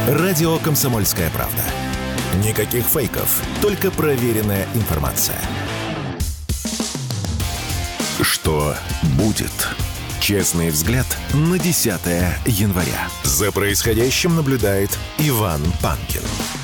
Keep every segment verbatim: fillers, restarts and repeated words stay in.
Радио «Комсомольская правда». Никаких фейков, только проверенная информация. Что будет? Честный взгляд на десятое января. За происходящим наблюдает Иван Панкин.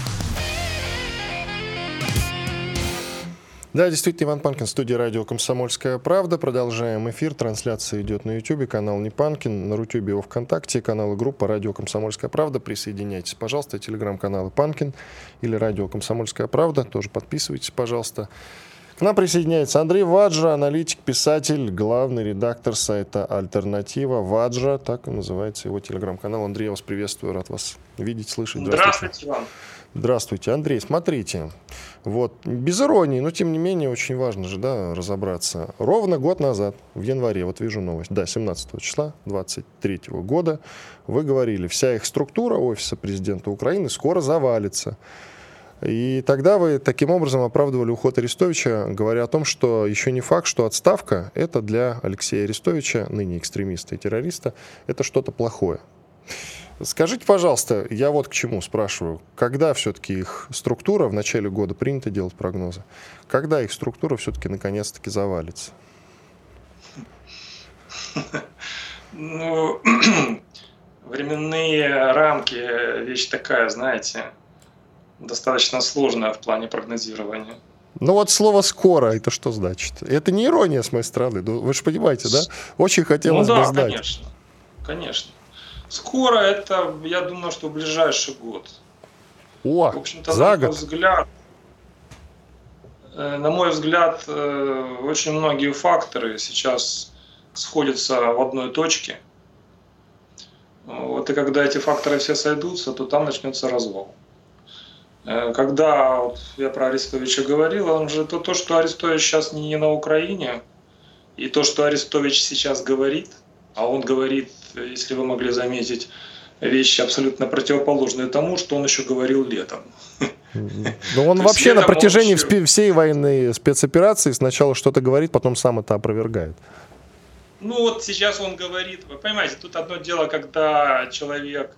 Да, действительно, Иван Панкин, студия радио «Комсомольская правда». Продолжаем эфир. Трансляция идет на Ютьюбе, канал «Не Панкин», на Рутюбе его ВКонтакте, канал и группа «Радио Комсомольская правда». Присоединяйтесь, пожалуйста, телеграм-каналы «Панкин» или «Радио Комсомольская правда». Тоже подписывайтесь, пожалуйста. К нам присоединяется Андрей Ваджа, аналитик, писатель, главный редактор сайта «Альтернатива». Ваджа, так и называется его телеграм-канал. Андрей, я вас приветствую, рад вас видеть, слышать. Здравствуйте, Здравствуйте Иван. Здравствуйте, Андрей. Смотрите, вот без иронии, но тем не менее очень важно же, да, разобраться. Ровно год назад, в январе, вот вижу новость, да, семнадцатого числа двадцать третьего года, вы говорили, вся их структура офиса президента Украины скоро завалится. И тогда вы таким образом оправдывали уход Арестовича, говоря о том, что еще не факт, что отставка — это для Алексея Арестовича, ныне экстремиста и террориста, это что-то плохое. Скажите, пожалуйста, я вот к чему спрашиваю. Когда все-таки их структура, в начале года принято делать прогнозы, когда их структура все-таки наконец-таки завалится? Ну, временные рамки, вещь такая, знаете, достаточно сложная в плане прогнозирования. Ну вот слово «скоро» это что значит? Это не ирония с моей стороны, вы же понимаете, да? Очень хотелось ну, да, бы знать. конечно, конечно. Скоро это, я думаю, что в ближайший год. О, в общем-то, за на год. Мой взгляд, на мой взгляд, очень многие факторы сейчас сходятся в одной точке. Вот, и когда эти факторы все сойдутся, то там начнется развал. Когда вот я про Арестовича говорил, он же то, то, что Арестович сейчас не на Украине, и то, что Арестович сейчас говорит, а он говорит, если вы могли заметить, вещи абсолютно противоположные тому, что он еще говорил летом. Ну он вообще на протяжении всей военной спецоперации сначала что-то говорит, потом сам это опровергает. Ну вот сейчас он говорит, вы понимаете, тут одно дело, когда человек,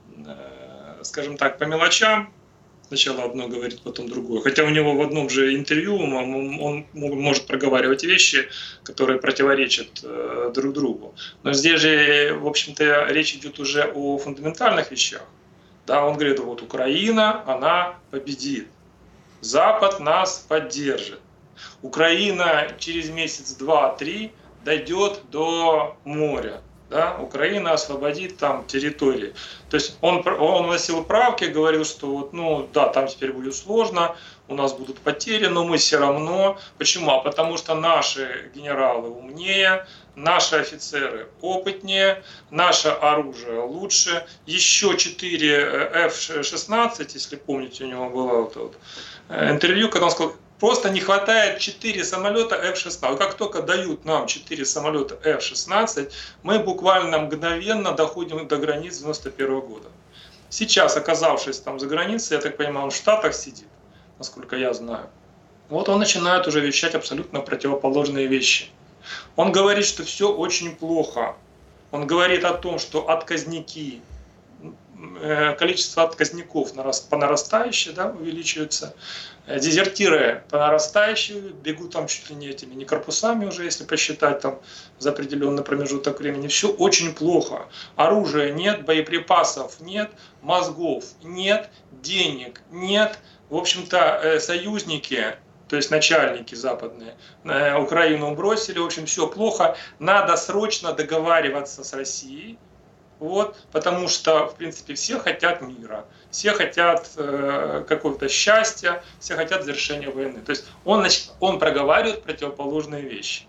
скажем так, по мелочам, сначала одно говорит, потом другое. Хотя у него в одном же интервью он может проговаривать вещи, которые противоречат друг другу. Но здесь же, в общем-то, речь идет уже о фундаментальных вещах. Да, он говорит, вот Украина, она победит. Запад нас поддержит. Украина через месяц, два, три дойдет до моря. Да, Украина освободит там территории. То есть он, он вносил правки, говорил, что вот, ну да, там теперь будет сложно, у нас будут потери, но мы все равно. Почему? А потому что наши генералы умнее, наши офицеры опытнее, наше оружие лучше. Еще четыре эф шестнадцать, если помните, у него было вот, вот, интервью, когда он сказал, просто не хватает четыре самолета эф шестнадцать. Как только дают нам четыре самолета эф шестнадцать, мы буквально мгновенно доходим до границ девяносто первого года. Сейчас, оказавшись там за границей, я так понимаю, он в Штатах сидит, насколько я знаю. Вот он начинает уже вещать абсолютно противоположные вещи. Он говорит, что все очень плохо. Он говорит о том, что отказники, количество отказников по нарастающей, да, увеличивается. Дезертиры по нарастающей бегут там чуть ли не этими, не корпусами уже, если посчитать там за определенный промежуток времени. Все очень плохо. Оружия нет, боеприпасов нет, мозгов нет, денег нет. В общем-то, союзники, то есть начальники западные, Украину бросили. В общем, все плохо. Надо срочно договариваться с Россией. Вот, потому что, в принципе, все хотят мира, все хотят э, какого-то счастья, все хотят завершения войны. То есть он, он проговаривает противоположные вещи.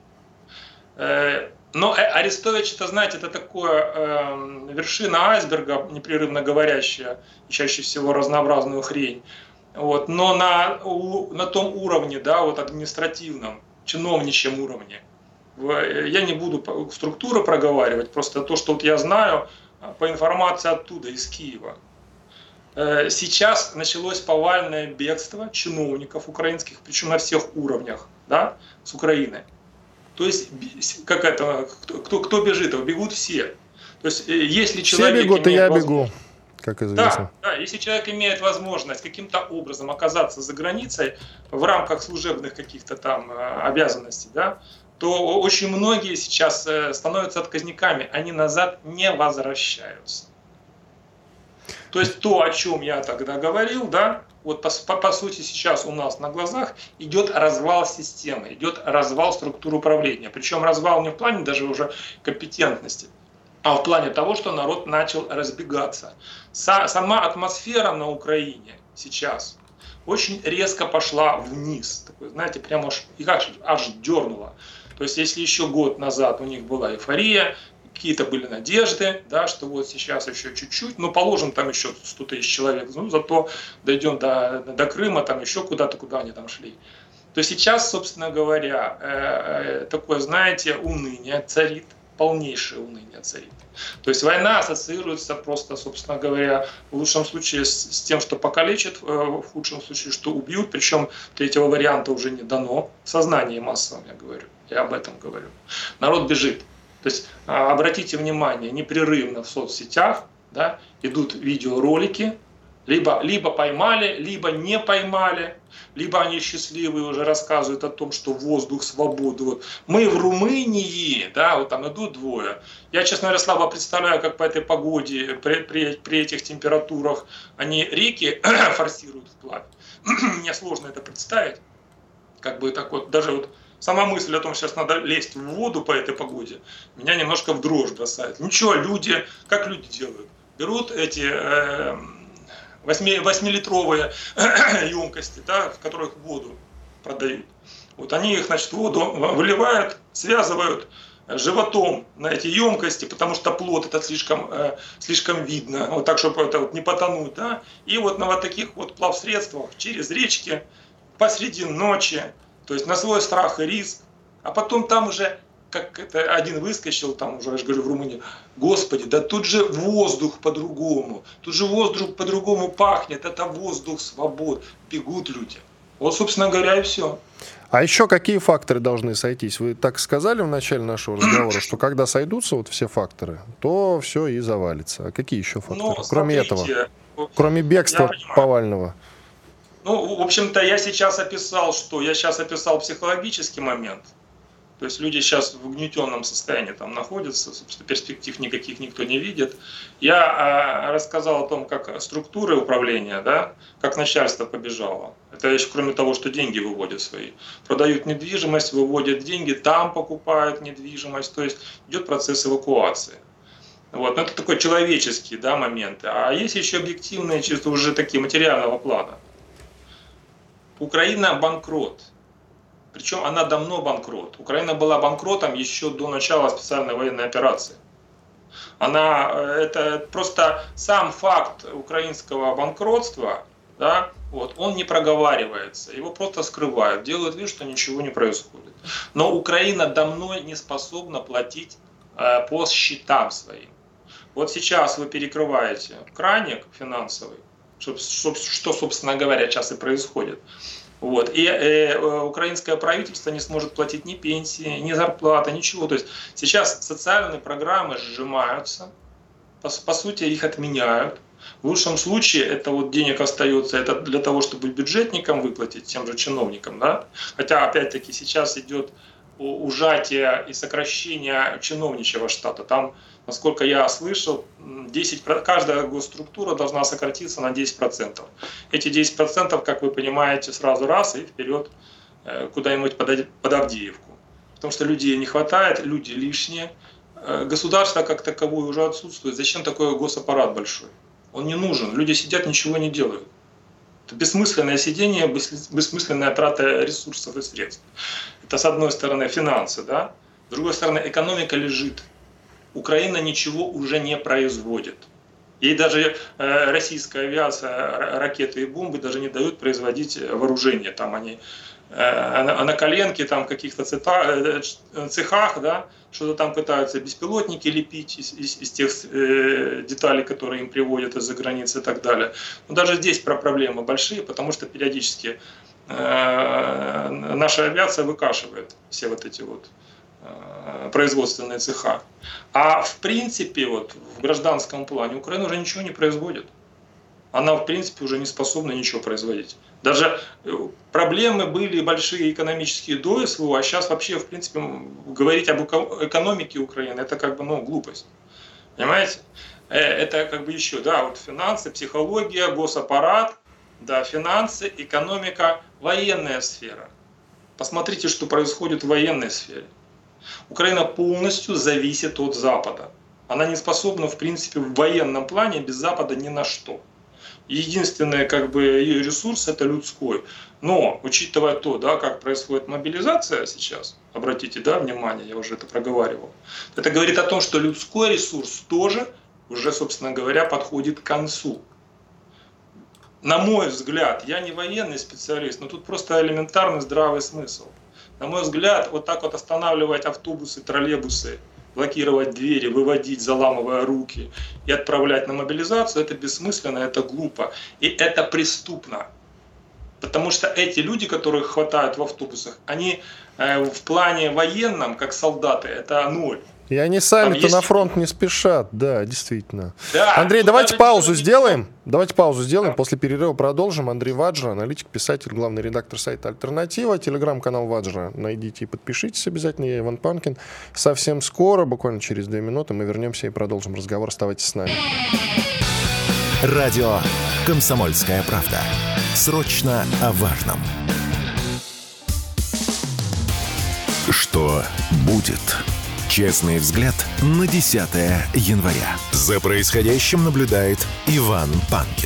Э, но Арестович, это, знаете, это такое э, вершина айсберга, непрерывно говорящая, чаще всего разнообразную хрень. Вот, но на, у, на том уровне, да, вот административном, чиновничьем уровне, я не буду структуру проговаривать, просто то, что вот я знаю по информации оттуда, из Киева. Сейчас началось повальное бегство чиновников украинских, причем на всех уровнях, да, с Украины. То есть, как это, кто, кто бежит, бегут все. То есть, если человек... Все бегут, и я бегу. как известно. Да, да, если человек имеет возможность каким-то образом оказаться за границей в рамках служебных каких-то там обязанностей, да, то очень многие сейчас становятся отказниками, они назад не возвращаются. То есть то, о чем я тогда говорил, да, вот по, по, по сути сейчас у нас на глазах идет развал системы, идет развал структуры управления. Причем развал не в плане даже уже компетентности, а в плане того, что народ начал разбегаться. Са, сама атмосфера на Украине сейчас очень резко пошла вниз. Такой, знаете, прямо аж, аж, аж дернула. То есть если еще год назад у них была эйфория, какие-то были надежды, да, что вот сейчас еще чуть-чуть, ну положим там еще сто тысяч человек, ну зато дойдем до, до Крыма, там еще куда-то, куда они там шли. То сейчас, собственно говоря, э, такое, знаете, уныние царит, полнейшее уныние царит. То есть война ассоциируется просто, собственно говоря, в лучшем случае с, с тем, что покалечат, э, в худшем случае, что убьют, причем третьего варианта уже не дано. В сознании массовом, я говорю, я об этом говорю. Народ бежит. То есть обратите внимание, непрерывно в соцсетях, да, идут видеоролики, либо, либо поймали, либо не поймали, либо они счастливые уже рассказывают о том, что воздух, свободу. Вот мы в Румынии, да, вот там идут двое. Я, честно говоря, слабо представляю, как по этой погоде, при, при, при этих температурах они реки форсируют вплавь. Мне сложно это представить. Как бы так вот, даже вот сама мысль о том, что сейчас надо лезть в воду по этой погоде, меня немножко в дрожь бросает. Ничего, люди, как люди делают? Берут эти э, восьмилитровые емкости, да, в которых воду продают. Вот они их, значит, воду выливают, связывают животом на эти емкости, потому что плот это слишком, э, слишком видно, вот так, чтобы это вот не потонуть, да. И вот на вот таких вот плавсредствах через речки посреди ночи, то есть на свой страх и риск, а потом там уже, как это один выскочил, там уже, я же говорю, в Румынии, господи, да тут же воздух по-другому, тут же воздух по-другому пахнет, это воздух свобод, бегут люди. Вот, собственно говоря, и все. А еще какие факторы должны сойтись? Вы так сказали в начале нашего разговора, что когда сойдутся вот все факторы, то все и завалится. А какие еще факторы? Ну, кроме смотрите, этого, кроме бегства повального. Ну, в общем-то, я сейчас описал, что я сейчас описал психологический момент. То есть люди сейчас в угнетенном состоянии там находятся, собственно, перспектив никаких никто не видит. Я а, рассказал о том, как структуры управления, да, как начальство побежало. Это еще кроме того, что деньги выводят свои. Продают недвижимость, выводят деньги, там покупают недвижимость. То есть идет процесс эвакуации. Вот. Но это такой человеческие, да, моменты. А есть еще объективные, чисто уже такие материального плана. Украина банкрот. Причем она давно банкрот. Украина была банкротом еще до начала специальной военной операции. Она, это просто сам факт украинского банкротства, да, вот, он не проговаривается. Его просто скрывают, делают вид, что ничего не происходит. Но Украина давно не способна платить э, по счетам своим. Вот сейчас вы перекрываете краник финансовый, что, что, собственно говоря, сейчас и происходит. Вот. И э, украинское правительство не сможет платить ни пенсии, ни зарплаты, ничего. То есть сейчас социальные программы сжимаются, по, по сути их отменяют. В лучшем случае это вот денег остается это для того, чтобы бюджетникам выплатить, тем же чиновникам. Да? Хотя опять-таки сейчас идет ужатие и сокращение чиновничьего штата. Там, насколько я слышал, десять, каждая госструктура должна сократиться на десять процентов. Эти десять процентов, как вы понимаете, сразу раз и вперед куда-нибудь под Авдеевку. Потому что людей не хватает, люди лишние. Государство как таковое уже отсутствует. Зачем такой госаппарат большой? Он не нужен. Люди сидят, ничего не делают. Это бессмысленное сидение, бессмысленная трата ресурсов и средств. Это с одной стороны финансы, да? С другой стороны экономика лежит. Украина ничего уже не производит. Ей даже э, российская авиация, ракеты и бомбы даже не дают производить вооружение. Там они э, на, на коленке, там в каких-то цета, э, цехах, да, что-то там пытаются беспилотники лепить из, из, из тех э, деталей, которые им приводят из-за границы и так далее. Но даже здесь проблемы большие, потому что периодически э, наша авиация выкашивает все вот эти вот производственные цеха. А в принципе вот в гражданском плане Украина уже ничего не производит. она, в принципе, уже не способна ничего производить. Даже проблемы были большие экономические до СВО, а сейчас вообще, в принципе, говорить об экономике Украины, это как бы, ну, глупость. Понимаете? Это как бы еще, да, вот финансы, психология, госаппарат, да, финансы, экономика, военная сфера. Посмотрите, что происходит в военной сфере. Украина полностью зависит от Запада. Она не способна, в принципе, в военном плане без Запада ни на что. Единственный как бы ее ресурс — это людской. Но, учитывая то, да, как происходит мобилизация сейчас, обратите, да, внимание, я уже это проговаривал, это говорит о том, что людской ресурс тоже уже, собственно говоря, подходит к концу. На мой взгляд, я не военный специалист, но тут просто элементарный здравый смысл. На мой взгляд, вот так вот останавливать автобусы, троллейбусы, блокировать двери, выводить, заламывая руки и отправлять на мобилизацию, это бессмысленно, это глупо. И это преступно. Потому что эти люди, которых хватают в автобусах, они э, в плане военном, как солдаты, это ноль. И они сами-то есть... на фронт не спешат, да, действительно. Да, Андрей, давайте паузу не... сделаем. Давайте паузу сделаем, да. После перерыва продолжим. Андрей Ваджра, аналитик, писатель, главный редактор сайта «Альтернатива». Телеграм-канал Ваджра найдите и подпишитесь обязательно. Я Иван Панкин. Совсем скоро, буквально через две минуты, мы вернемся и продолжим разговор. Оставайтесь с нами. Радио «Комсомольская правда». Срочно о важном. Что будет? Честный взгляд на десятое января. За происходящим наблюдает Иван Панкин.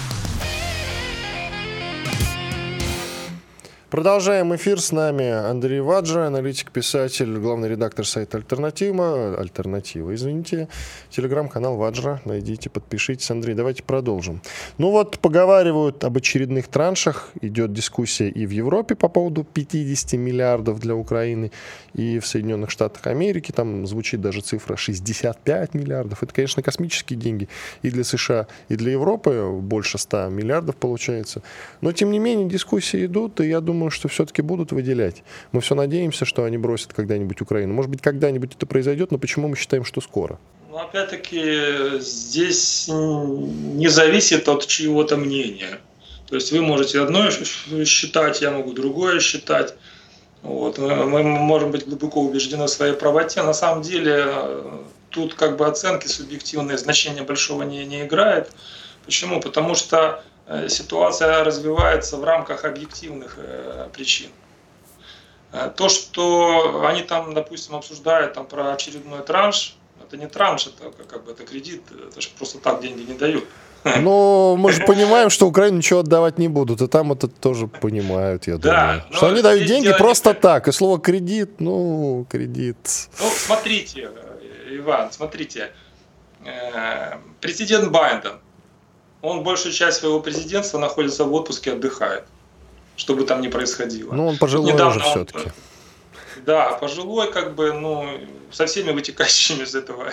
Продолжаем эфир. С нами Андрей Ваджра, аналитик, писатель, главный редактор сайта «Альтернатива». Альтернатива, извините. Телеграм-канал Ваджра. Найдите, подпишитесь. Андрей, давайте продолжим. Ну вот, поговаривают об очередных траншах. Идет дискуссия и в Европе по поводу пятьдесят миллиардов для Украины, и в Соединенных Штатах Америки. Там звучит даже цифра шестьдесят пять миллиардов. Это, конечно, космические деньги и для США, и для Европы. Больше ста миллиардов получается. Но, тем не менее, дискуссии идут, и я думаю, что все-таки будут выделять. Мы все надеемся, что они бросят когда-нибудь Украину. Может быть, когда-нибудь это произойдет, но почему мы считаем, что скоро? Ну, опять-таки, здесь не зависит от чьего-то мнения. То есть вы можете одно считать, я могу другое считать. Вот. Мы можем быть глубоко убеждены в своей правоте. На самом деле, тут как бы оценки субъективные значения большого не, не играет. Почему? Потому что ситуация развивается в рамках объективных э, причин. То, что они там, допустим, обсуждают там, про очередной транш, это не транш, это как бы это кредит, это же просто так деньги не дают. Но мы же понимаем, что Украине ничего отдавать не будут, и там это тоже понимают, я да, думаю. Что они дают деньги дело... просто так, и слово кредит, ну, кредит. Ну, смотрите, Иван, смотрите, президент Байден, он большую часть своего президентства находится в отпуске, отдыхает, что бы там ни происходило. Ну, он пожилой недавно уже он, все-таки. Да, пожилой, как бы, ну, со всеми вытекающими из этого.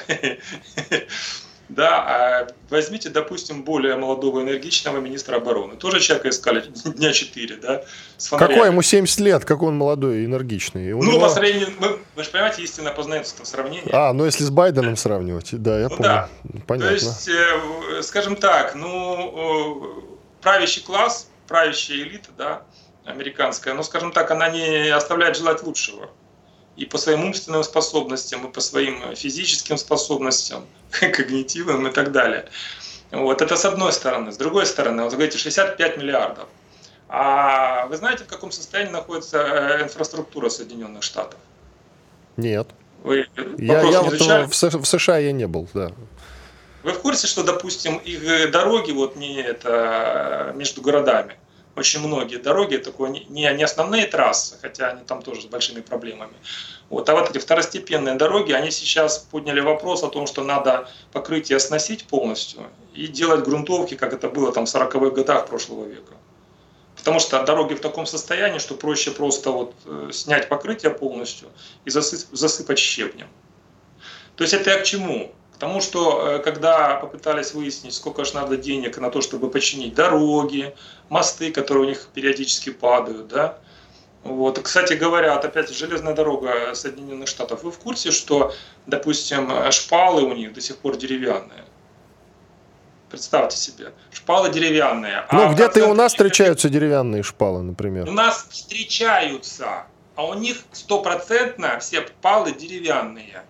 Да, а возьмите, допустим, более молодого, энергичного министра обороны. Тоже человека искали дня четыре, да? Какой ему семьдесят лет, какой он молодой и энергичный. У ну, него... по сравнению, мы, вы же понимаете, истинно познается там сравнение. А, ну если с Байденом сравнивать, да, я ну, помню. Да. Понятно. То есть, э, скажем так, ну, правящий класс, правящая элита, да, американская, ну, скажем так, она не оставляет желать лучшего. И по своим умственным способностям, и по своим физическим способностям, когнитивным и так далее. Вот это с одной стороны. С другой стороны, вот вы говорите, шестьдесят пять миллиардов. А вы знаете, в каком состоянии находится инфраструктура Соединенных Штатов? Нет. Вы я я вот в США я не был, да. Вы в курсе, что, допустим, их дороги вот не это между городами? Очень многие дороги, такое не, не основные трассы, хотя они там тоже с большими проблемами. Вот, а вот эти второстепенные дороги, они сейчас подняли вопрос о том, что надо покрытие сносить полностью и делать грунтовки, как это было там в сороковых годах прошлого века. Потому что дороги в таком состоянии, что проще просто вот снять покрытие полностью и засып, засыпать щебнем. То есть это я к чему? Потому что, когда попытались выяснить, сколько же надо денег на то, чтобы починить дороги, мосты, которые у них периодически падают, да. Вот. Кстати говоря, вот опять железная дорога Соединенных Штатов. Вы в курсе, что, допустим, шпалы у них до сих пор деревянные? Представьте себе. Шпалы деревянные. Ну, а где-то и у нас конце... встречаются деревянные шпалы, например. У нас встречаются, а у них стопроцентно все шпалы деревянные.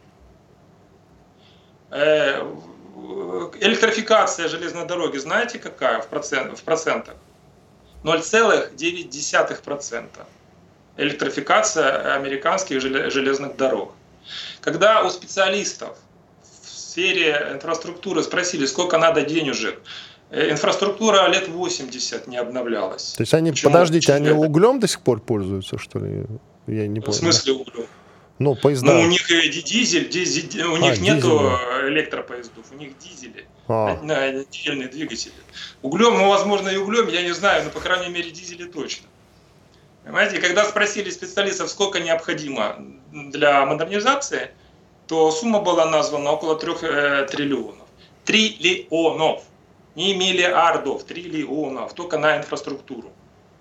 Электрификация железной дороги, знаете какая в, процент, в процентах? ноль целых девять десятых процента. Электрификация американских железных дорог. Когда у специалистов в сфере инфраструктуры спросили, сколько надо денежек, инфраструктура лет восемьдесят не обновлялась. То есть они, Почему? подождите, они это? углем до сих пор пользуются, что ли? Я не понял. В смысле углем? Ну, поезда. Ну, у них дизель, дизель у них а, нету дизельные. Электропоездов, у них дизели, а. на, на дизельные двигатели. Углем, ну, возможно, и углем, я не знаю, но, по крайней мере, дизели точно. Понимаете, когда спросили специалистов, сколько необходимо для модернизации, то сумма была названа около трех э, триллионов. Триллионов. Не миллиардов, триллионов, только на инфраструктуру.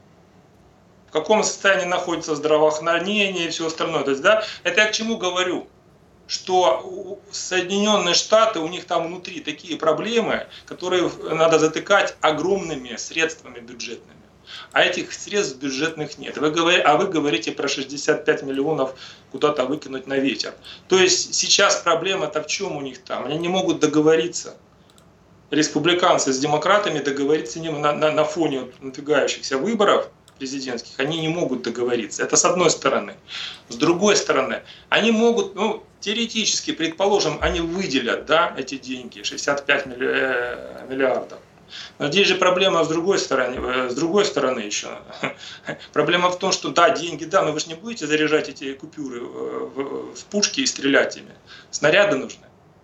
В каком состоянии находится здравоохранение и все остальное. То есть, да, это я к чему говорю? Что Соединенные Штаты, у них там внутри такие проблемы, которые надо затыкать огромными средствами бюджетными. А этих средств бюджетных нет. Вы говорите, а вы говорите про шестьдесят пять миллионов куда-то выкинуть на ветер. То есть сейчас проблема-то в чем у них там? Они не могут договориться. Республиканцы с демократами договориться не, на, на, на фоне надвигающихся выборов президентских, они не могут договориться. Это с одной стороны. С другой стороны, они могут, ну, теоретически, предположим, они выделят, да, эти деньги, шестьдесят пять миллиардов. Но здесь же проблема с другой стороны, с другой стороны еще. Проблема в том, что да, деньги, да, но вы же не будете заряжать эти купюры в, в пушки и стрелять ими. Снаряды нужны.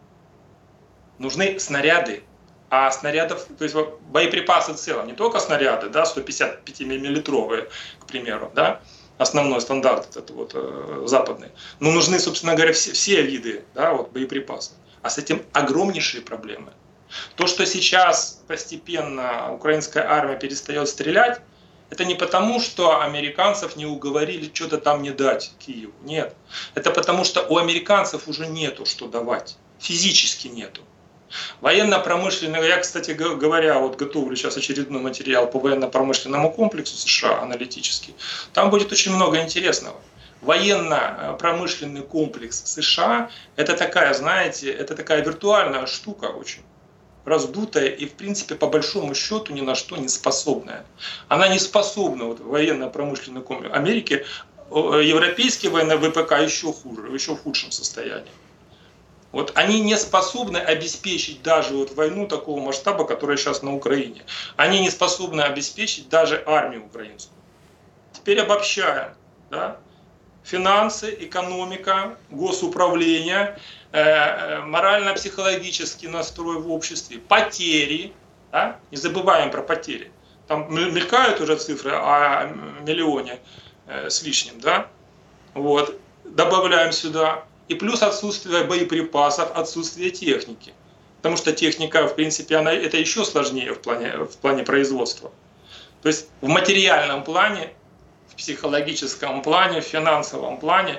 Нужны снаряды. А снарядов, то есть боеприпасы в целом, не только снаряды, да, сто пятьдесят пятимиллиметровые, к примеру, да, основной стандарт это вот э, западный. Но нужны, собственно говоря, все, все виды, да, вот, боеприпасов. А с этим огромнейшие проблемы. То, что сейчас постепенно украинская армия перестает стрелять, это не потому, что американцев не уговорили что-то там не дать Киеву. Нет. Это потому, что у американцев уже нету что давать. Физически нету. Военно-промышленного, я, кстати говоря, вот готовлю сейчас очередной материал по военно-промышленному комплексу США, аналитический. Там будет очень много интересного. Военно-промышленный комплекс США – это такая, знаете, это такая виртуальная штука очень раздутая и, в принципе, по большому счету ни на что не способная. Она не способна, вот, военно-промышленный комплекс Америки, европейский военный ВПК еще хуже, еще в худшем состоянии. Вот они не способны обеспечить даже вот войну такого масштаба, которая сейчас на Украине. Они не способны обеспечить даже армию украинскую. Теперь обобщаем. Да? Финансы, экономика, госуправление, э, морально-психологический настрой в обществе, потери. Да? Не забываем про потери. Там мелькают уже цифры о миллионе э, с лишним. Да? Вот. Добавляем сюда. И плюс отсутствие боеприпасов, отсутствие техники. Потому что техника, в принципе, она, это еще сложнее в плане, в плане производства. То есть в материальном плане, в психологическом плане, в финансовом плане,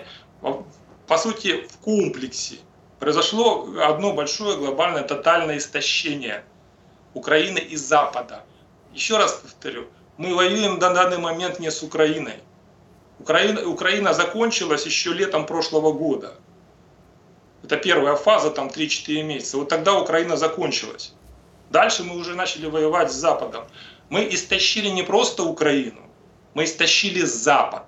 по сути, в комплексе произошло одно большое глобальное тотальное истощение Украины и Запада. Еще раз повторю, мы воюем на данный момент не с Украиной. Украина, Украина закончилась еще летом прошлого года. Это первая фаза, там три-четыре месяца. Вот тогда Украина закончилась. Дальше мы уже начали воевать с Западом. Мы истощили не просто Украину, мы истощили Запад.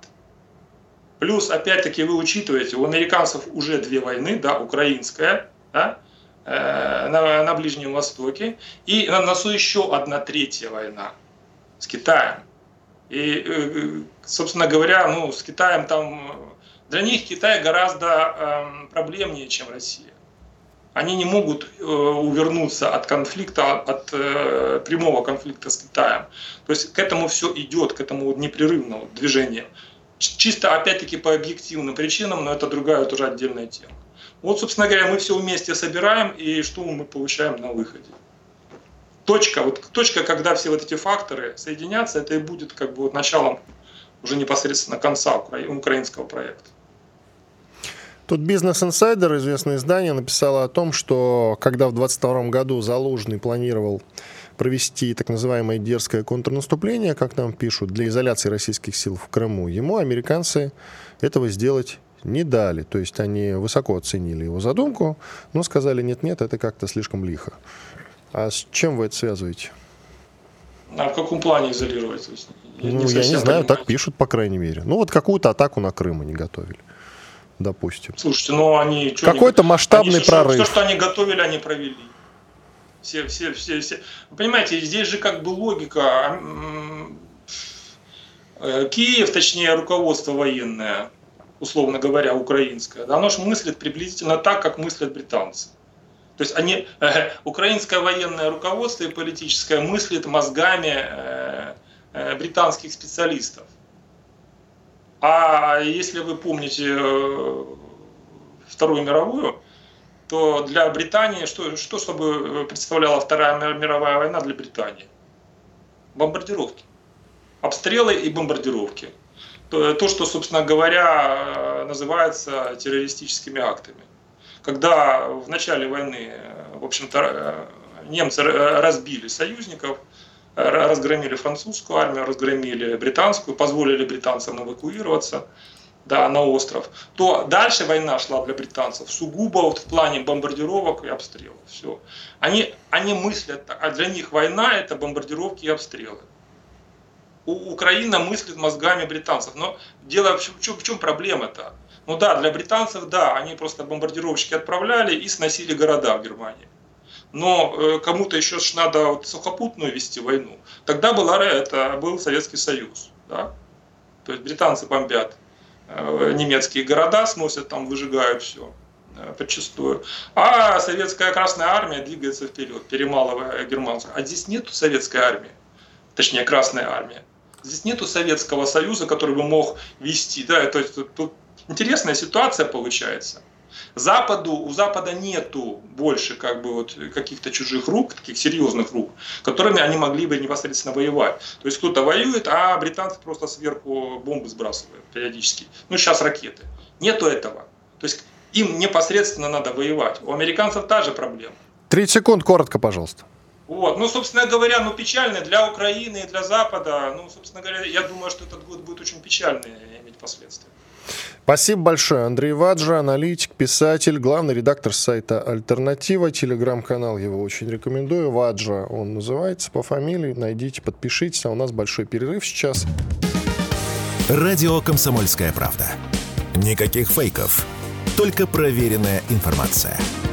Плюс, опять-таки, вы учитываете, у американцев уже две войны, да, украинская, да, э, на, на Ближнем Востоке, и на носу еще одна третья война с Китаем. И, э, собственно говоря, ну, с Китаем там... Для них Китай гораздо э, проблемнее, чем Россия. Они не могут э, увернуться от конфликта, от э, прямого конфликта с Китаем. То есть к этому все идет, к этому непрерывному движению. Чисто, опять-таки, по объективным причинам, но это другая тоже отдельная тема. Вот, собственно говоря, мы все вместе собираем, и что мы получаем на выходе. Точка, вот точка, когда все вот эти факторы соединятся, это и будет как бы вот началом уже непосредственно конца украинского проекта. Тут Business Insider, известное издание, написало о том, что когда в двадцать втором году Залужный планировал провести так называемое дерзкое контрнаступление, как нам пишут, для изоляции российских сил в Крыму, ему американцы этого сделать не дали. То есть они высоко оценили его задумку, но сказали, нет-нет, это как-то слишком лихо. А с чем вы это связываете? А в каком плане изолировать? То есть, я ну, не, я не знаю, понимаю. Так пишут, по крайней мере. Ну, вот какую-то атаку на Крым они готовили, допустим. Слушайте, ну они... Какой-то они, масштабный они, прорыв. Все, что они готовили, они провели. Все, все, все, все. Вы понимаете, здесь же как бы логика. Киев, точнее, руководство военное, условно говоря, украинское, да, оно же мыслит приблизительно так, как мыслят британцы. То есть они, э, украинское военное руководство и политическое мыслит мозгами э, э, британских специалистов. А если вы помните э, Вторую мировую, то для Британии, что, что собой представляла Вторая мировая война для Британии? Бомбардировки. Обстрелы и бомбардировки. То, то, что, собственно говоря, называется террористическими актами. Когда в начале войны, в общем-то, немцы разбили союзников, разгромили французскую армию, разгромили британскую, позволили британцам эвакуироваться, да, на остров, то дальше война шла для британцев сугубо вот в плане бомбардировок и обстрелов. Все. Они, они мыслят так, а для них война это бомбардировки и обстрелы. У, Украина мыслит мозгами британцев. Но дело в чем, в чем проблема-то? Ну да, для британцев, да, они просто бомбардировщики отправляли и сносили города в Германии. Но э, кому-то еще ж надо вот сухопутную вести войну. Тогда была, это был Советский Союз. Да? То есть британцы бомбят немецкие города, сносят там, выжигают все подчистую. А советская Красная Армия двигается вперед, перемалывая германцев. А здесь нету советской армии, точнее Красная Армия. Здесь нету Советского Союза, который бы мог вести. Да, то есть тут, тут интересная ситуация получается. Западу, у Запада нету больше как бы вот каких-то чужих рук, таких серьезных рук, которыми они могли бы непосредственно воевать. То есть кто-то воюет, а британцы просто сверху бомбы сбрасывают периодически. Ну сейчас ракеты. Нету этого. То есть им непосредственно надо воевать. У американцев та же проблема. тридцать секунд, коротко, пожалуйста. Вот. Ну, собственно говоря, ну печально для Украины и для Запада. Ну, собственно говоря, я думаю, что этот год будет очень печальный иметь последствия. Спасибо большое. Андрей Ваджа, аналитик, писатель, главный редактор сайта «Альтернатива», телеграм-канал его очень рекомендую. Ваджа он называется по фамилии. Найдите, подпишитесь. А у нас большой перерыв сейчас. Радио «Комсомольская правда». Никаких фейков, только проверенная информация.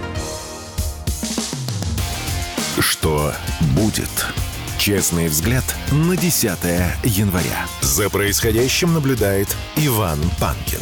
Что будет? Честный взгляд на десятое января. За происходящим наблюдает Иван Панкин.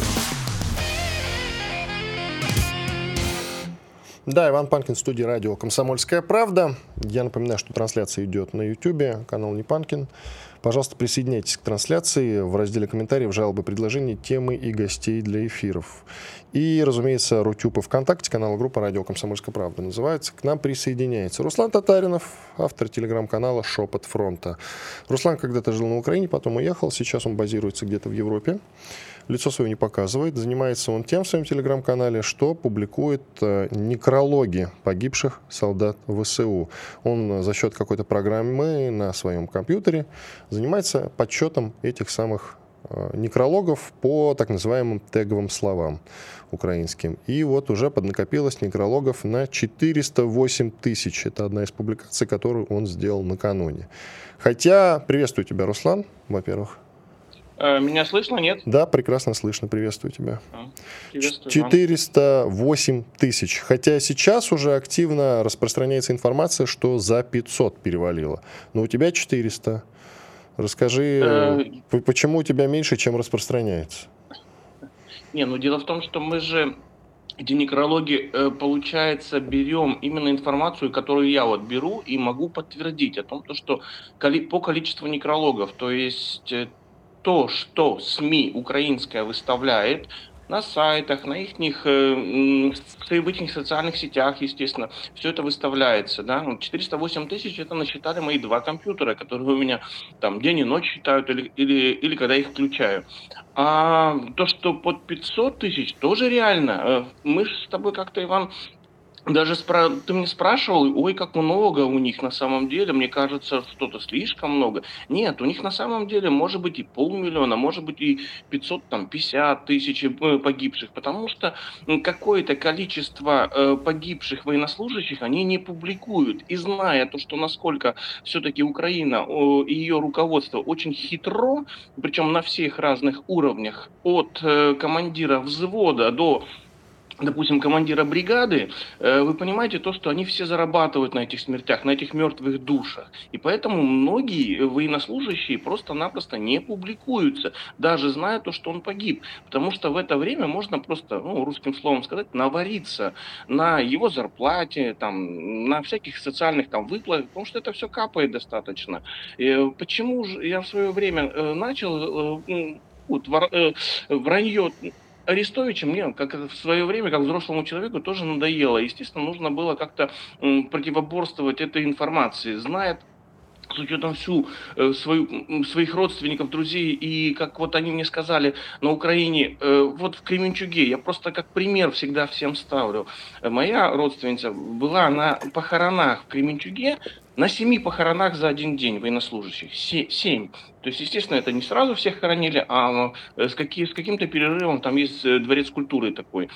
Да, Иван Панкин в студии радио «Комсомольская правда». Я напоминаю, что трансляция идет на Ютубе, канал Не Панкин. Пожалуйста, присоединяйтесь к трансляции в разделе комментариев, жалобы, предложения, темы и гостей для эфиров. И, разумеется, Рутюб и ВКонтакте, канал группа «Радио Комсомольская правда» называется. К нам присоединяется Руслан Татаринов, автор телеграм-канала «Шепот фронта». Руслан когда-то жил на Украине, потом уехал, сейчас он базируется где-то в Европе. Лицо свое не показывает. Занимается он тем в своем телеграм-канале, что публикует э, некрологи погибших солдат ВСУ. Он за счет какой-то программы на своем компьютере занимается подсчетом этих самых э, некрологов по так называемым теговым словам украинским. И вот уже поднакопилось некрологов на четыреста восемь тысяч. Это одна из публикаций, которую он сделал накануне. Хотя, приветствую тебя, Руслан, во-первых. Меня слышно, нет? Да, прекрасно слышно. Приветствую тебя. А, приветствую, четыреста восемь тысяч. Хотя сейчас уже активно распространяется информация, что за пятьсот перевалило. Но у тебя четыреста. Расскажи, э... почему у тебя меньше, чем распространяется? Не, ну дело в том, что мы же эти некрологи, получается, берем именно информацию, которую я вот беру и могу подтвердить о том, что по количеству некрологов, то есть то, что СМИ украинская выставляет, на сайтах, на их, в их социальных сетях, естественно, все это выставляется, да. Вот четыреста восемь тысяч это насчитали мои два компьютера, которые у меня там день и ночь считают или, или, или когда их включаю. А то, что под пятьсот тысяч, тоже реально. Э, Мы же с тобой как-то, Иван, даже спра... ты мне спрашивал, ой, как много у них на самом деле, мне кажется, что-то слишком много. Нет, у них на самом деле может быть и полмиллиона, может быть и пятьсот, там, пятьдесят тысяч э, погибших, потому что м, какое-то количество э, погибших военнослужащих они не публикуют. И зная то, что насколько все-таки Украина о, и ее руководство очень хитро, причем на всех разных уровнях, от э, командира взвода до, допустим, командира бригады, э, вы понимаете то, что они все зарабатывают на этих смертях, на этих мертвых душах. И поэтому многие военнослужащие просто-напросто не публикуются, даже зная то, что он погиб. Потому что в это время можно просто, ну, русским словом сказать, навариться на его зарплате, там, на всяких социальных там выплатах, потому что это все капает достаточно. Э, Почему же я в свое время э, начал э, м, вот, вор- э, вранье Арестовича мне, как это в свое время, как взрослому человеку, тоже надоело. Естественно, нужно было как-то м, противоборствовать этой информации. Зная с учетом всю э, свою, м, своих родственников, друзей, и как вот они мне сказали на Украине, э, вот в Кременчуге, я просто как пример всегда всем ставлю. Э, Моя родственница была на похоронах в Кременчуге, на семи похоронах за один день военнослужащих. Се- Семь. То есть, естественно, это не сразу всех хоронили, а э, с, какие, с каким-то перерывом, там есть э, дворец культуры такой.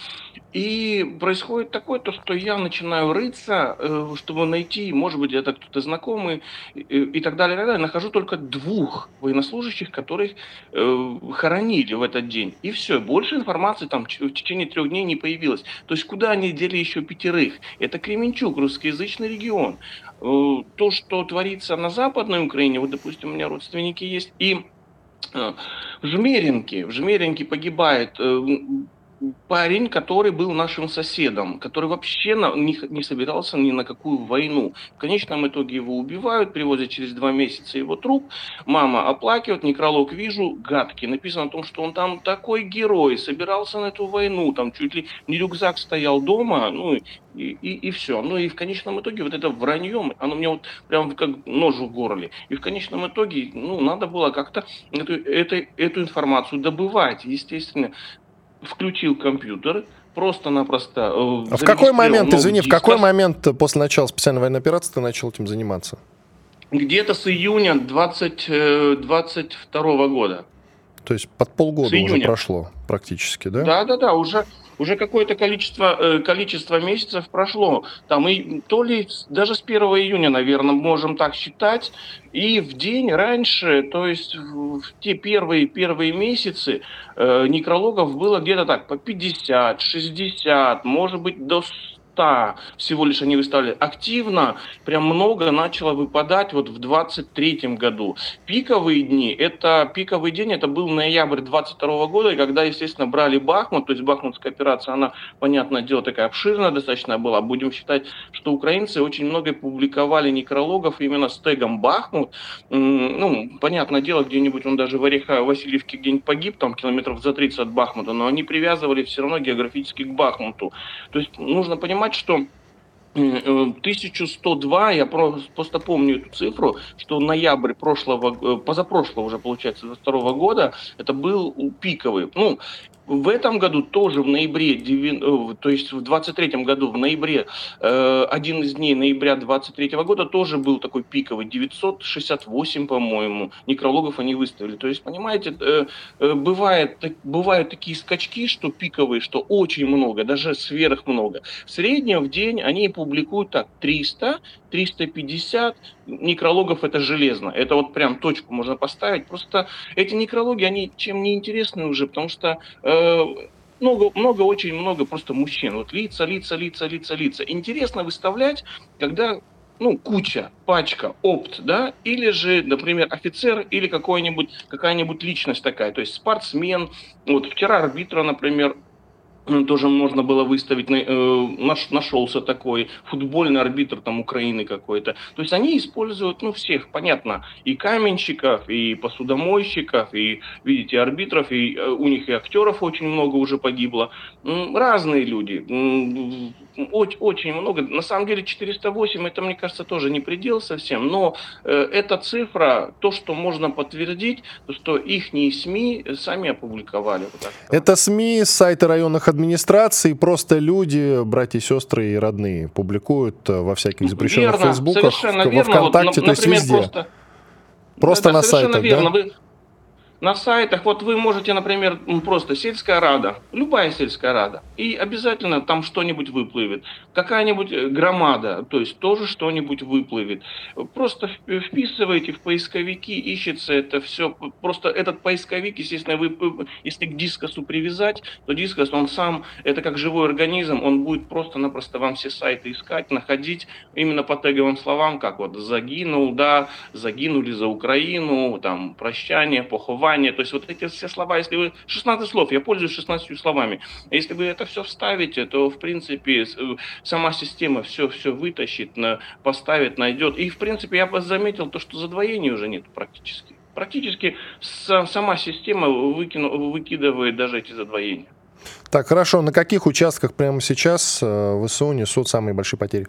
И происходит такое, то, что я начинаю рыться, э, чтобы найти, может быть, это кто-то знакомый, и, и так далее, и так далее. Нахожу только двух военнослужащих, которых э, хоронили в этот день. И все, больше информации там ч- в течение трех дней не появилось. То есть куда они дели еще пятерых? Это Кременчуг, русскоязычный регион. Э, То, что творится на Западной Украине, вот, допустим, у меня родственники есть, и э, в Жмеринке, в Жмеринке погибает э, м, парень, который был нашим соседом, который вообще на- не, х- не собирался ни на какую войну. В конечном итоге его убивают, привозят через два месяца его труп. Мама оплакивает, некролог вижу, гадкий. Написано о том, что он там такой герой, собирался на эту войну, там чуть ли не рюкзак стоял дома, ну и, и, и все. Ну и в конечном итоге вот это вранье, оно мне вот прям как нож в горле. И в конечном итоге, ну, надо было как-то эту, это- эту информацию добывать. Естественно, включил компьютер, просто-напросто э, А в какой зарегистрировал момент, новый извини, в какой дискос. момент после начала специальной военной операции ты начал этим заниматься? Где-то с июня двадцать, э, двадцать второго года. То есть под С полгода уже июня. прошло практически, да? Да, да, да, уже, уже какое-то количество, э, количество месяцев прошло. Там и то ли с- даже с первого июня, наверное, можем так считать. И в день раньше, то есть в, в те первые, первые месяцы э, некрологов было где-то так, по пятьдесят, шестьдесят, может быть, до ста всего лишь они выставляли. Активно, прям много начало выпадать вот в двадцать третьем году. Пиковые дни, это пиковый день, это был ноябрь двадцать второго года, и когда, естественно, брали Бахмут, то есть Бахмутская операция, она, понятное дело, такая обширная достаточно была. Будем считать, что украинцы очень много публиковали некрологов именно с тегом Бахмут. М, Ну, понятное дело, где-нибудь он даже в Ореха-Васильевке где-нибудь погиб, там километров за тридцать от Бахмута, но они привязывали все равно географически к Бахмуту. То есть нужно понимать, что М, э, тысяча сто два, я про- просто помню эту цифру, что ноябрь прошлого, э, позапрошлого уже, получается, второго года, это был у- пиковый. Ну, в этом году тоже в ноябре, девян- э, то есть в двадцать третьем году, в ноябре, э, один из дней ноября двадцать третьего года тоже был такой пиковый, девятьсот шестьдесят восемь, по-моему, некрологов они выставили. То есть, понимаете, э, э, бывает, так- бывают такие скачки, что пиковые, что очень много, даже сверх много. В среднем в день они публикуют так триста, триста пятьдесят некрологов, это железно. Это вот прям точку можно поставить. Просто эти некрологи, они чем не интересны уже, потому что э, много, много, очень много просто мужчин. Вот лица, лица, лица, лица, лица. Интересно выставлять, когда ну, куча, пачка, опт, да, или же, например, офицер или какой-нибудь, какая-нибудь личность такая, то есть спортсмен. Вот вчера арбитра, например, тоже можно было выставить, наш, нашелся такой футбольный арбитр там Украины какой-то. То есть они используют, ну, всех, понятно, и каменщиков, и посудомойщиков, и, видите, арбитров, и у них и актеров очень много уже погибло. Разные люди, очень, очень много. На самом деле четыреста восемь, это, мне кажется, тоже не предел совсем, но эта цифра, то, что можно подтвердить, то, что ихние СМИ сами опубликовали. Вот это СМИ, сайты районных администраций, просто люди, братья, сестры и родные публикуют во всяких запрещенных верно, фейсбуках, совершенно во верно. ВКонтакте, Вот, то есть например, везде. Просто, просто да, на да, сайтах, верно. да? Вы... На сайтах, вот вы можете, например, просто сельская рада, любая сельская рада, и обязательно там что-нибудь выплывет. Какая-нибудь громада, то есть тоже что-нибудь выплывет. Просто вписываете в поисковики, ищется это все. Просто этот поисковик, естественно, вы, если к дискосу привязать, то дискос, он сам, это как живой организм, он будет просто-напросто вам все сайты искать, находить именно по теговым словам, как вот «загинул», да, «загинули за Украину», там «прощание», «похование». То есть вот эти все слова, если вы... шестнадцать слов, я пользуюсь шестнадцатью словами. Если вы это все вставите, то, в принципе, сама система все, все вытащит, поставит, найдет. И, в принципе, я бы заметил то, что задвоений уже нет практически. Практически сама система выкину, выкидывает даже эти задвоения. Так, хорошо. На каких участках прямо сейчас ВСУ несут самые большие потери?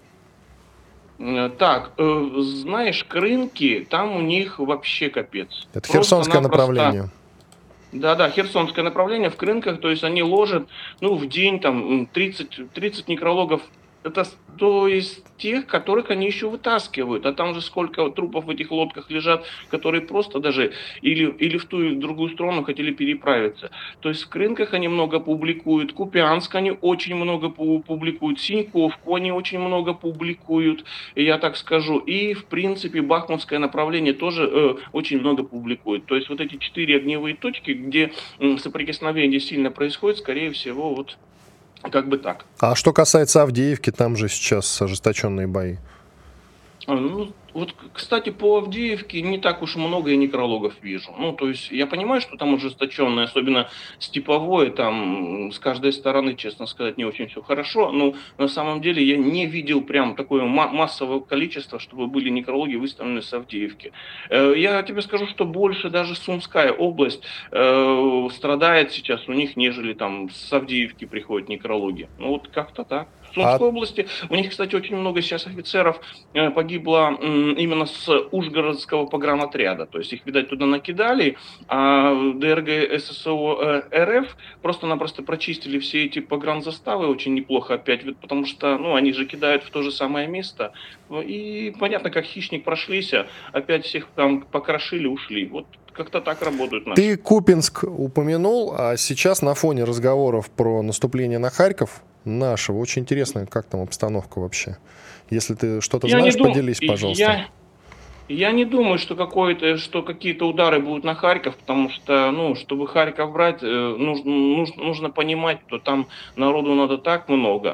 Так, знаешь, Крынки, там у них вообще капец. Это Херсонское направление. Да-да, Херсонское направление в Крынках, то есть они ложат, ну, в день там тридцать, тридцать некрологов. Это то есть тех, которых они еще вытаскивают. А там же сколько трупов в этих лодках лежат, которые просто даже или, или в ту, или в другую сторону хотели переправиться. То есть в Крынках они много публикуют, Купянск они очень много публикуют, Синьковку они очень много публикуют, я так скажу. И, в принципе, Бахмутское направление тоже э, очень много публикует. То есть вот эти четыре огневые точки, где э, соприкосновение сильно происходит, скорее всего, вот как бы так. А что касается Авдеевки, там же сейчас ожесточенные бои. Ну, вот, кстати, по Авдеевке не так уж много я некрологов вижу. Ну, то есть я понимаю, что там ожесточенное, особенно степовое, там с каждой стороны, честно сказать, не очень все хорошо. Но на самом деле я не видел прям такое массовое количество, чтобы были некрологи выставлены с Авдеевки. Я тебе скажу, что больше даже Сумская область э, страдает сейчас у них, нежели там с Авдеевки приходят некрологи. Ну, вот как-то так. В Сумской а... области у них, кстати, очень много сейчас офицеров э, погибло э, именно с Ужгородского пограмотряда. То есть их, видать, туда накидали, а ДРГ ССО э, РФ просто-напросто прочистили все эти погранзаставы очень неплохо опять, потому что, ну, они же кидают в то же самое место. И понятно, как хищник прошлись, опять всех там покрошили, ушли. Вот как-то так работают наши. Ты Купинск упомянул, а сейчас на фоне разговоров про наступление на Харьков нашего, очень интересно, как там обстановка вообще. Если ты что-то я знаешь, дум... поделись, пожалуйста. Я... Я не думаю, что, какое-то, что какие-то удары будут на Харьков, потому что, ну, чтобы Харьков брать, нужно, нужно, нужно понимать, что там народу надо так много.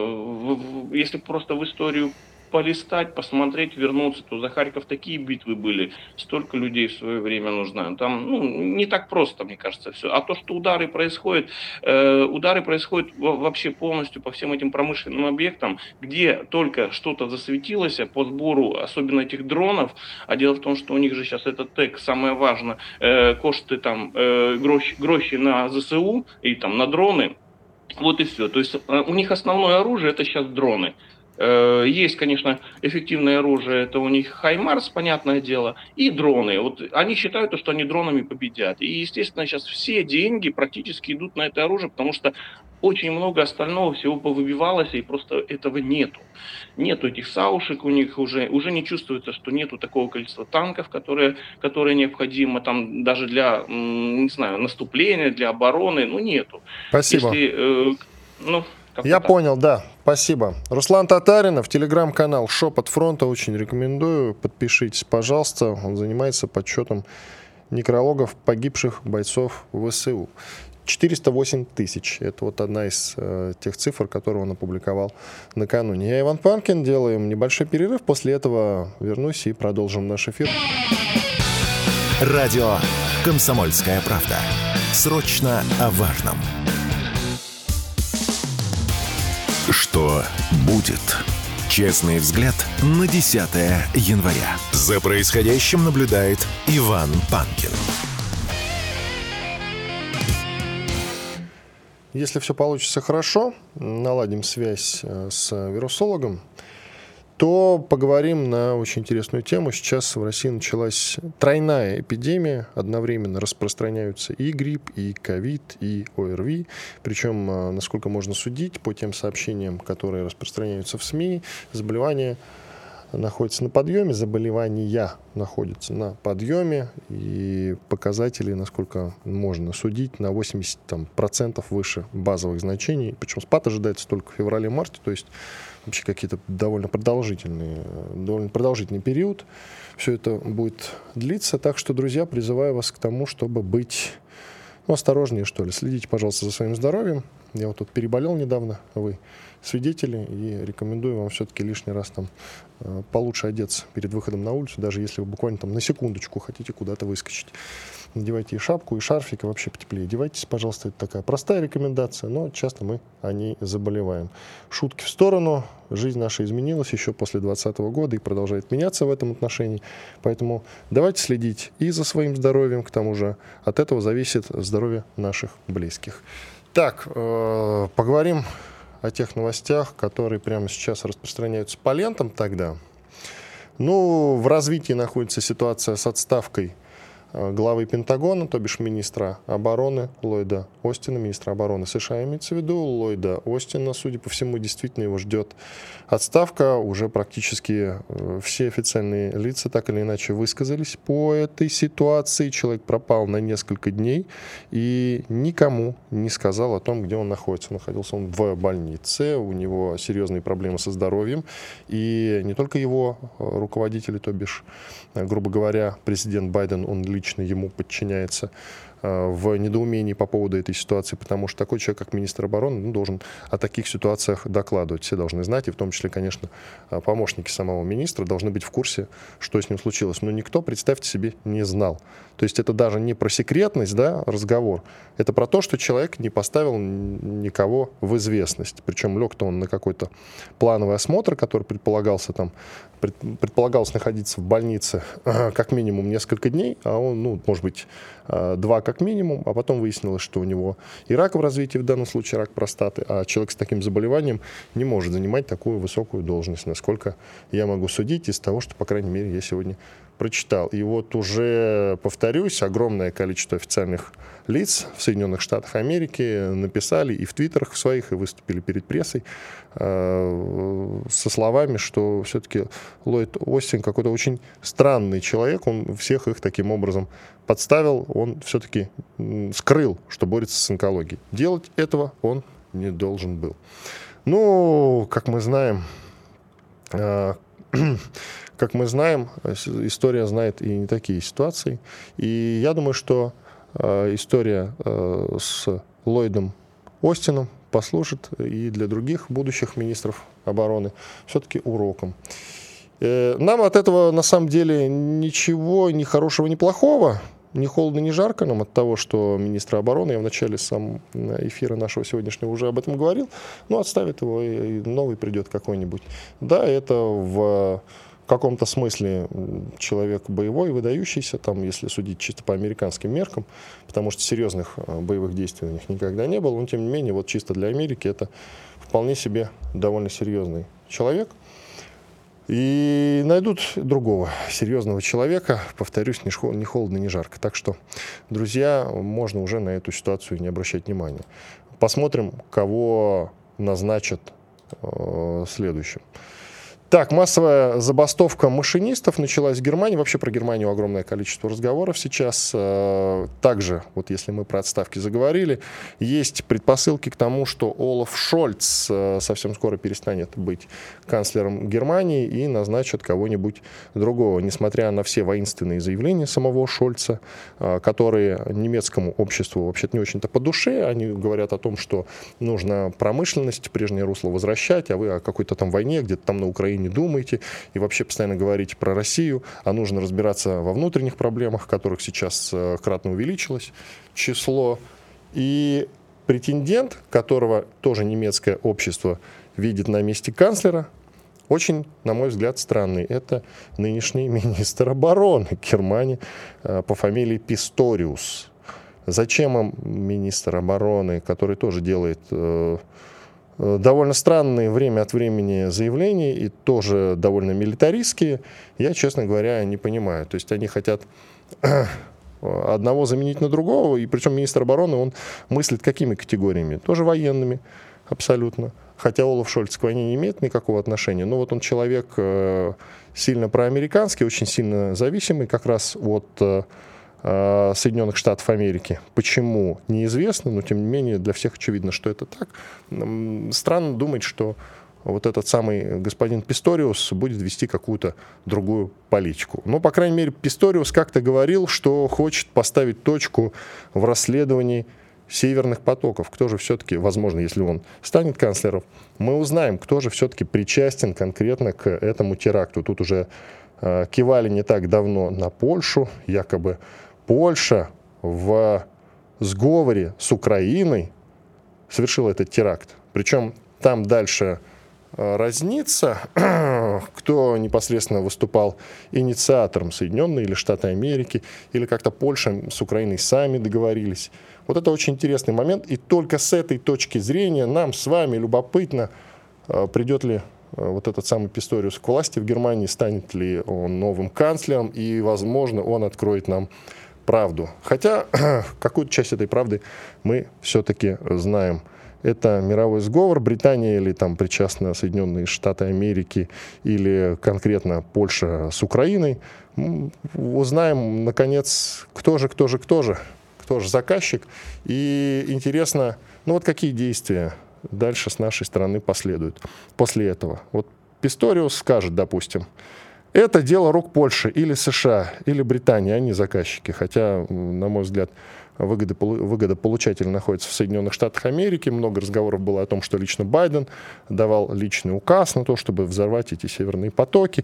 Если просто в историю полистать, посмотреть, вернуться, то за Харьков такие битвы были, столько людей в свое время нужно. Там, ну, не так просто, мне кажется, все. А то, что удары происходят, э, удары происходят вообще полностью по всем этим промышленным объектам, где только что-то засветилось по сбору, особенно этих дронов. А дело в том, что у них же сейчас этот тег, самое важное, э, кошты там, э, гроши, гроши на ЗСУ и там на дроны. Вот и все. То есть э, у них основное оружие это сейчас дроны. Есть, конечно, эффективное оружие, это у них Хаймарс, понятное дело, и дроны. Вот они считают, что они дронами победят. И, естественно, сейчас все деньги практически идут на это оружие, потому что очень много остального всего повыбивалось, и просто этого нету. Нету этих саушек у них уже, уже не чувствуется, что нету такого количества танков, которые, которые необходимо там даже для, не знаю, наступления, для обороны, ну нету. Спасибо. Если, э, ну, Я так. понял, да, спасибо. Руслан Татаринов, телеграм-канал «Шепот фронта», очень рекомендую, подпишитесь, пожалуйста. Он занимается подсчетом некрологов погибших бойцов ВСУ. четыреста восемь тысяч, это вот одна из э, тех цифр, которые он опубликовал накануне. Я Иван Панкин, делаем небольшой перерыв, после этого вернусь и продолжим наш эфир. Радио «Комсомольская правда». Срочно о важном. что будет. Честный взгляд на десятое января. За происходящим наблюдает Иван Панкин. Если все получится хорошо, наладим связь с вирусологом, то поговорим на очень интересную тему. Сейчас в России началась тройная эпидемия. Одновременно распространяются и грипп, и ковид, и ОРВИ. Причем, насколько можно судить, по тем сообщениям, которые распространяются в СМИ, заболевания находятся на подъеме, заболевания находятся на подъеме, и показатели, насколько можно судить, на восемьдесят процентов выше базовых значений. Причем спад ожидается только в феврале-марте, то есть вообще какие-то довольно продолжительные, довольно продолжительный период. Все это будет длиться, так что, друзья, призываю вас к тому, чтобы быть ну, осторожнее, что ли. Следите, пожалуйста, за своим здоровьем. Я вот тут переболел недавно, вы свидетели, и рекомендую вам все-таки лишний раз там э, получше одеться перед выходом на улицу, даже если вы буквально там на секундочку хотите куда-то выскочить. Надевайте и шапку, и шарфик, и вообще потеплее одевайтесь, пожалуйста. Это такая простая рекомендация, но часто мы о ней заболеваем. Шутки в сторону. Жизнь наша изменилась еще после двадцатого года и продолжает меняться в этом отношении. Поэтому давайте следить и за своим здоровьем, к тому же от этого зависит здоровье наших близких. Так, э, поговорим о тех новостях, которые прямо сейчас распространяются по лентам тогда. Ну, в развитии находится ситуация с отставкой главы Пентагона, то бишь министра обороны Ллойда Остина, министра обороны США имеется в виду, Ллойда Остина, судя по всему, действительно его ждет отставка. Уже практически все официальные лица так или иначе высказались по этой ситуации. Человек пропал на несколько дней и никому не сказал о том, где он находится. Находился он в больнице, у него серьезные проблемы со здоровьем. И не только его руководители, то бишь, грубо говоря, президент Байден, он лично ему подчиняется, в недоумении по поводу этой ситуации, потому что такой человек, как министр обороны, ну, должен о таких ситуациях докладывать. Все должны знать, и в том числе, конечно, помощники самого министра должны быть в курсе, что с ним случилось. Но никто, представьте себе, не знал. То есть это даже не про секретность, да, разговор. Это про то, что человек не поставил никого в известность. Причем лег-то он на какой-то плановый осмотр, который предполагался там, предполагалось находиться в больнице как минимум несколько дней, а он, ну, может быть, два как минимум, а потом выяснилось, что у него и рак в развитии, в данном случае рак простаты, а человек с таким заболеванием не может занимать такую высокую должность, насколько я могу судить из того, что, по крайней мере, я сегодня прочитал. И вот уже, повторюсь, огромное количество официальных лиц в Соединенных Штатах Америки написали и в твиттерах своих, и выступили перед прессой э, со словами, что все-таки Ллойд Остин какой-то очень странный человек, он всех их таким образом подставил, он все-таки скрыл, что борется с онкологией. Делать этого он не должен был. Ну, как мы знаем, э, как мы знаем, история знает и не такие ситуации. И я думаю, что э, история э, с Ллойдом Остином послужит и для других будущих министров обороны все-таки уроком. Э, нам от этого на самом деле ничего, ни хорошего, ни плохого. Ни холодно, ни жарко нам от того, что министр обороны, я в начале сам эфира нашего сегодняшнего уже об этом говорил, ну, отставит его, и новый придет какой-нибудь. Да, это в каком-то смысле человек боевой, выдающийся, там, если судить чисто по американским меркам, потому что серьезных боевых действий у них никогда не было, но, тем не менее, вот чисто для Америки это вполне себе довольно серьезный человек. И найдут другого серьезного человека, повторюсь, ни холодно, ни жарко. Так что, друзья, можно уже на эту ситуацию не обращать внимания. Посмотрим, кого назначат э, следующим. Так, массовая забастовка машинистов началась в Германии. Вообще про Германию огромное количество разговоров сейчас. Также, вот если мы про отставки заговорили, есть предпосылки к тому, что Олаф Шольц совсем скоро перестанет быть канцлером Германии и назначат кого-нибудь другого. Несмотря на все воинственные заявления самого Шольца, которые немецкому обществу вообще-то не очень-то по душе, они говорят о том, что нужно промышленность в прежнее русло возвращать, а вы о какой-то там войне, где-то там на Украине не думаете, и вообще постоянно говорите про Россию, а нужно разбираться во внутренних проблемах, которых сейчас кратно увеличилось число. И претендент, которого тоже немецкое общество видит на месте канцлера, очень, на мой взгляд, странный. Это нынешний министр обороны Германии по фамилии Писториус. Зачем им министр обороны, который тоже делает э, довольно странные время от времени заявления и тоже довольно милитаристские, я, честно говоря, не понимаю. То есть они хотят одного заменить на другого, и причем министр обороны, он мыслит какими категориями? Тоже военными, абсолютно. Хотя Олаф Шольц к войне не имеет никакого отношения, но вот он человек э, сильно проамериканский, очень сильно зависимый как раз от э, Соединенных Штатов Америки. Почему? Неизвестно, но тем не менее для всех очевидно, что это так. Странно думать, что вот этот самый господин Писториус будет вести какую-то другую политику. Но, по крайней мере, Писториус как-то говорил, что хочет поставить точку в расследовании Северных потоков. Кто же все-таки, возможно, если он станет канцлером, мы узнаем, кто же все-таки причастен конкретно к этому теракту. Тут уже э, кивали не так давно на Польшу. Якобы Польша в сговоре с Украиной совершила этот теракт. Причем там дальше э, разнится, кто непосредственно выступал инициатором, Соединенные или Штаты Америки, или как-то Польша с Украиной сами договорились. Вот это очень интересный момент, и только с этой точки зрения нам с вами любопытно, придет ли вот этот самый Писториус к власти в Германии, станет ли он новым канцлером, и, возможно, он откроет нам правду. Хотя какую-то часть этой правды мы все-таки знаем. Это мировой сговор, Британия или там причастны Соединенные Штаты Америки, или конкретно Польша с Украиной. Узнаем, наконец, кто же, кто же, кто же. Тоже заказчик. И интересно, ну вот какие действия дальше с нашей стороны последуют после этого. Вот Писториус скажет, допустим, это дело рук Польши или США, или Британии, они заказчики. Хотя, на мой взгляд, выгодополучатель находится в Соединенных Штатах Америки. Много разговоров было о том, что лично Байден давал личный указ на то, чтобы взорвать эти северные потоки.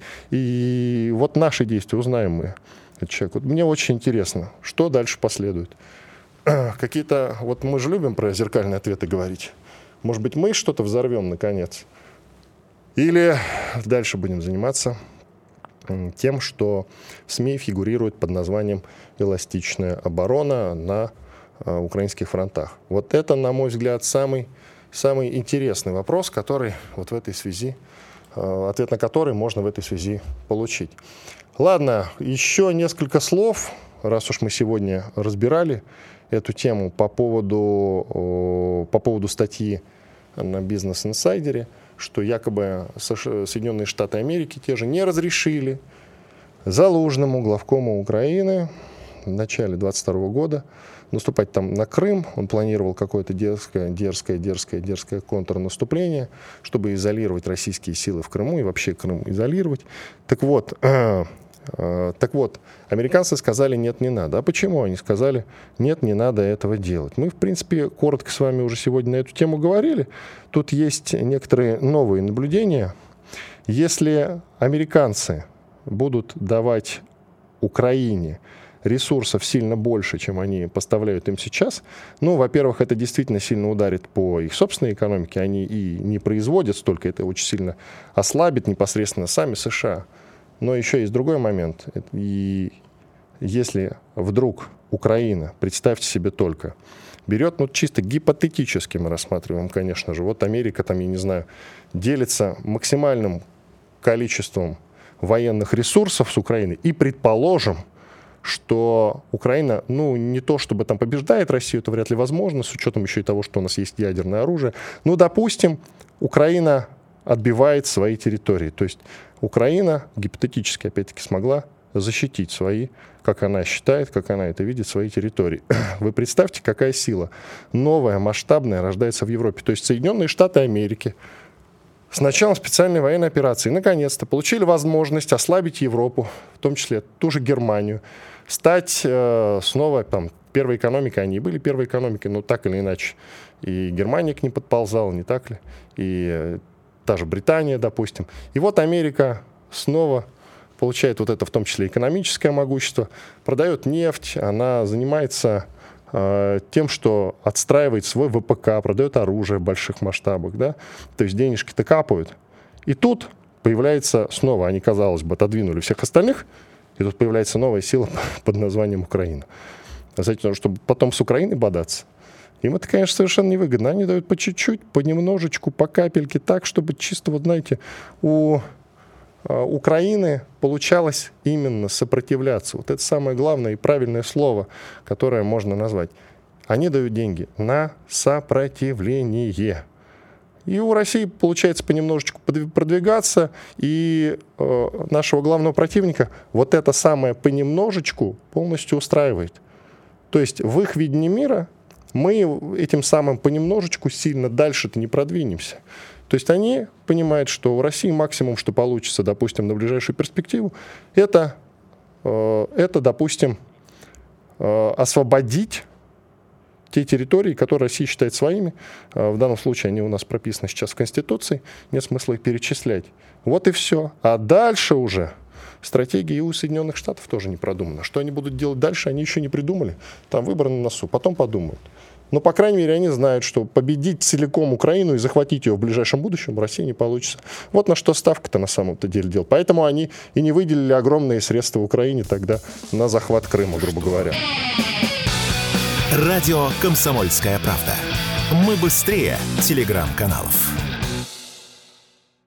И вот наши действия узнаем мы. Человек. Вот мне очень интересно, что дальше последует. Какие-то, вот мы же любим про зеркальные ответы говорить. Может быть, мы что-то взорвем наконец? Или дальше будем заниматься тем, что в СМИ фигурирует под названием «эластичная оборона» на э, украинских фронтах. Вот это, на мой взгляд, самый, самый интересный вопрос, который вот в этой связи, э, ответ на который можно в этой связи получить. Ладно, еще несколько слов, раз уж мы сегодня разбирали эту тему по поводу, по поводу статьи на Business Insider, что якобы Соединенные Штаты Америки те же не разрешили Залужному, главкому Украины, в начале двадцать второго года наступать там на Крым. Он планировал какое-то дерзкое, дерзкое, дерзкое, дерзкое контрнаступление, чтобы изолировать российские силы в Крыму и вообще Крым изолировать. Так вот, э, э, так вот, американцы сказали, нет, не надо. А почему они сказали, нет, не надо этого делать? Мы, в принципе, коротко с вами уже сегодня на эту тему говорили. Тут есть некоторые новые наблюдения. Если американцы будут давать Украине ресурсов сильно больше, чем они поставляют им сейчас, ну, во-первых, это действительно сильно ударит по их собственной экономике, они и не производят столько, это очень сильно ослабит непосредственно сами США. Но еще есть другой момент, и если вдруг Украина, представьте себе только, берет, ну, чисто гипотетически мы рассматриваем, конечно же, вот Америка, там, я не знаю, делится максимальным количеством военных ресурсов с Украиной, и предположим, что Украина, ну, не то чтобы там побеждает Россию, это вряд ли возможно, с учетом еще и того, что у нас есть ядерное оружие. Ну, допустим, Украина отбивает свои территории. То есть Украина гипотетически, опять-таки, смогла защитить свои, как она считает, как она это видит, свои территории. Вы представьте, какая сила новая, масштабная рождается в Европе. То есть Соединенные Штаты Америки с началом специальной военной операции наконец-то получили возможность ослабить Европу, в том числе ту же Германию, стать э, снова там, первой экономикой. Они и были первой экономикой, но так или иначе. И Германия к ним подползала, не так ли? И э, та же Британия, допустим. И вот Америка снова получает вот это, в том числе экономическое могущество, продает нефть, она занимается тем, что отстраивает свой ВПК, продает оружие в больших масштабах, да, то есть денежки-то капают. И тут появляется снова, они, казалось бы, отодвинули всех остальных, и тут появляется новая сила под названием Украина. Затем, чтобы потом с Украиной бодаться. Им это, конечно, совершенно невыгодно. Они дают по чуть-чуть, понемножечку, по капельке, так, чтобы чисто, вот знаете, у Украины получалось именно сопротивляться. Вот это самое главное и правильное слово, которое можно назвать. Они дают деньги на сопротивление. И у России получается понемножечку продвигаться, и э, нашего главного противника вот это самое понемножечку полностью устраивает. То есть в их видении мира мы этим самым понемножечку сильно дальше-то не продвинемся. То есть они понимают, что у России максимум, что получится, допустим, на ближайшую перспективу, это, э, это допустим, э, освободить те территории, которые Россия считает своими. Э, в данном случае они у нас прописаны сейчас в Конституции, нет смысла их перечислять. Вот и все. А дальше уже стратегия и у Соединенных Штатов тоже не продумана. Что они будут делать дальше, они еще не придумали. Там выборы на носу, потом подумают. Но, по крайней мере, они знают, что победить целиком Украину и захватить ее в ближайшем будущем России не получится. Вот на что ставка-то на самом-то деле делает. Поэтому они и не выделили огромные средства в Украине тогда на захват Крыма, грубо говоря. Радио «Комсомольская правда». Мы быстрее телеграм-каналов.